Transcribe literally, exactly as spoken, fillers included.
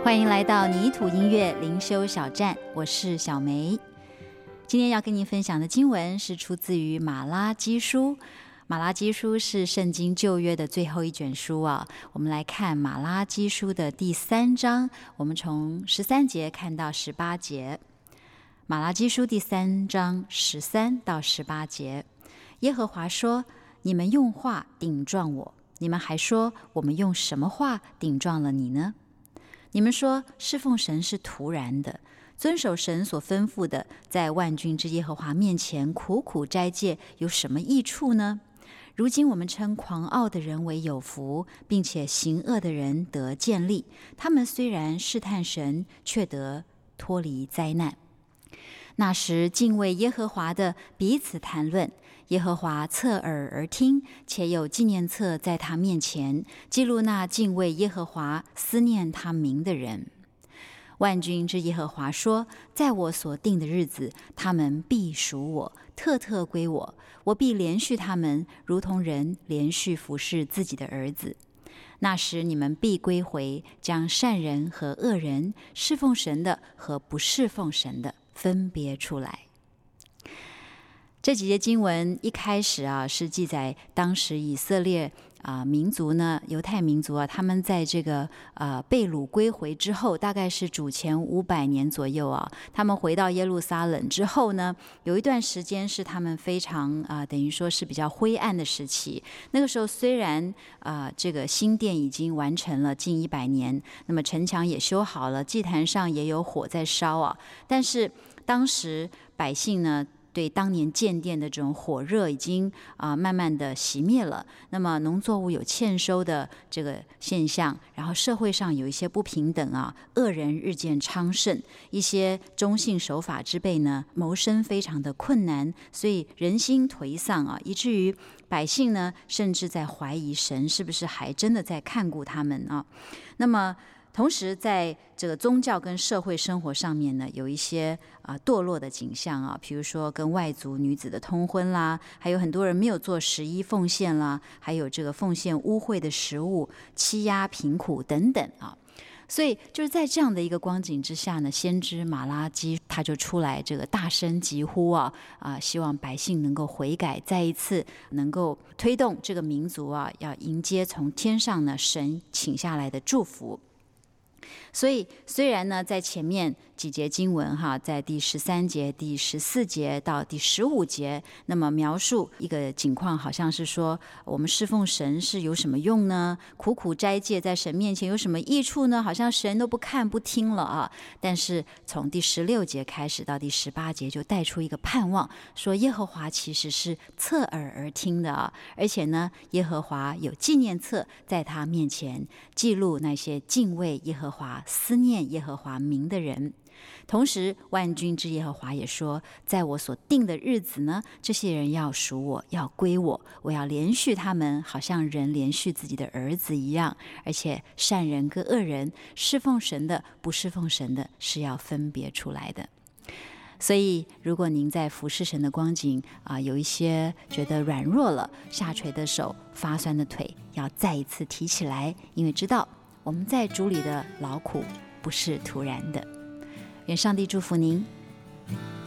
欢迎来到泥土音乐灵修小站，我是小梅。今天要跟您分享的经文是出自于马拉基书。马拉基书是圣经旧约的最后一卷书啊。我们来看马拉基书的第三章，我们从十三节看到十八节。马拉基书第三章十三到十八节，耶和华说：你们用话顶撞我，你们还说我们用什么话顶撞了你呢？你们说侍奉神是徒然的，遵守神所吩咐的，在万军之耶和华面前苦苦斋戒，有什么益处呢？如今我们称狂傲的人为有福，并且行恶的人得建立。他们虽然试探神，却得脱离灾难。那时敬畏耶和华的彼此谈论，耶和华侧耳而听，且有纪念册在他面前，记录那敬畏耶和华、思念他名的人。万军之耶和华说：在我所定的日子，他们必属我，特特归我。我必连续他们，如同人连续服侍自己的儿子。那时你们必归回，将善人和恶人、侍奉神的和不侍奉神的分别出来。这几节经文一开始啊，是记载当时以色列啊、呃、民族呢，犹太民族啊，他们在这个呃被掳归回之后，大概是主前五百年左右啊，他们回到耶路撒冷之后呢，有一段时间是他们非常啊、呃，等于说是比较灰暗的时期。那个时候虽然啊、呃、这个新殿已经完成了近一百年，那么城墙也修好了，祭坛上也有火在烧啊，但是当时百姓呢，对当年建殿的这种火热已经啊、呃、慢慢的熄灭了，那么农作物有欠收的这个现象，然后社会上有一些不平等啊，恶人日渐昌盛，一些忠信守法之辈呢，谋生非常的困难，所以人心颓丧啊，以至于百姓呢，甚至在怀疑神是不是还真的在看顾他们啊。那么同时在这个宗教跟社会生活上面呢，有一些啊、呃、堕落的景象啊，比如说跟外族女子的通婚啦，还有很多人没有做十一奉献啦，还有这个奉献污秽的食物、欺压贫苦等等啊。所以就是在这样的一个光景之下呢，先知马拉基他就出来这个大声疾呼啊啊，希望百姓能够悔改，再一次能够推动这个民族啊，要迎接从天上呢神请下来的祝福。所以虽然呢在前面几节经文哈，在第十三节、第十四节到第十五节，那么描述一个情况，好像是说我们侍奉神是有什么用呢？苦苦斋戒在神面前有什么益处呢？好像神都不看不听了啊。但是从第十六节开始到第十八节就带出一个盼望，说耶和华其实是侧耳而听的啊，而且呢耶和华有纪念册在他面前，记录那些敬畏耶和华、思念耶和华名的人。同时万军之耶和华也说，在我所定的日子呢，这些人要属我，要归我，我要连续他们，好像人连续自己的儿子一样。而且善人跟恶人，侍奉神的不侍奉神的，是要分别出来的。所以如果您在服侍神的光景啊、呃，有一些觉得软弱了，下垂的手、发酸的腿，要再一次提起来，因为知道我们在主里的劳苦不是徒然的。愿上帝祝福您。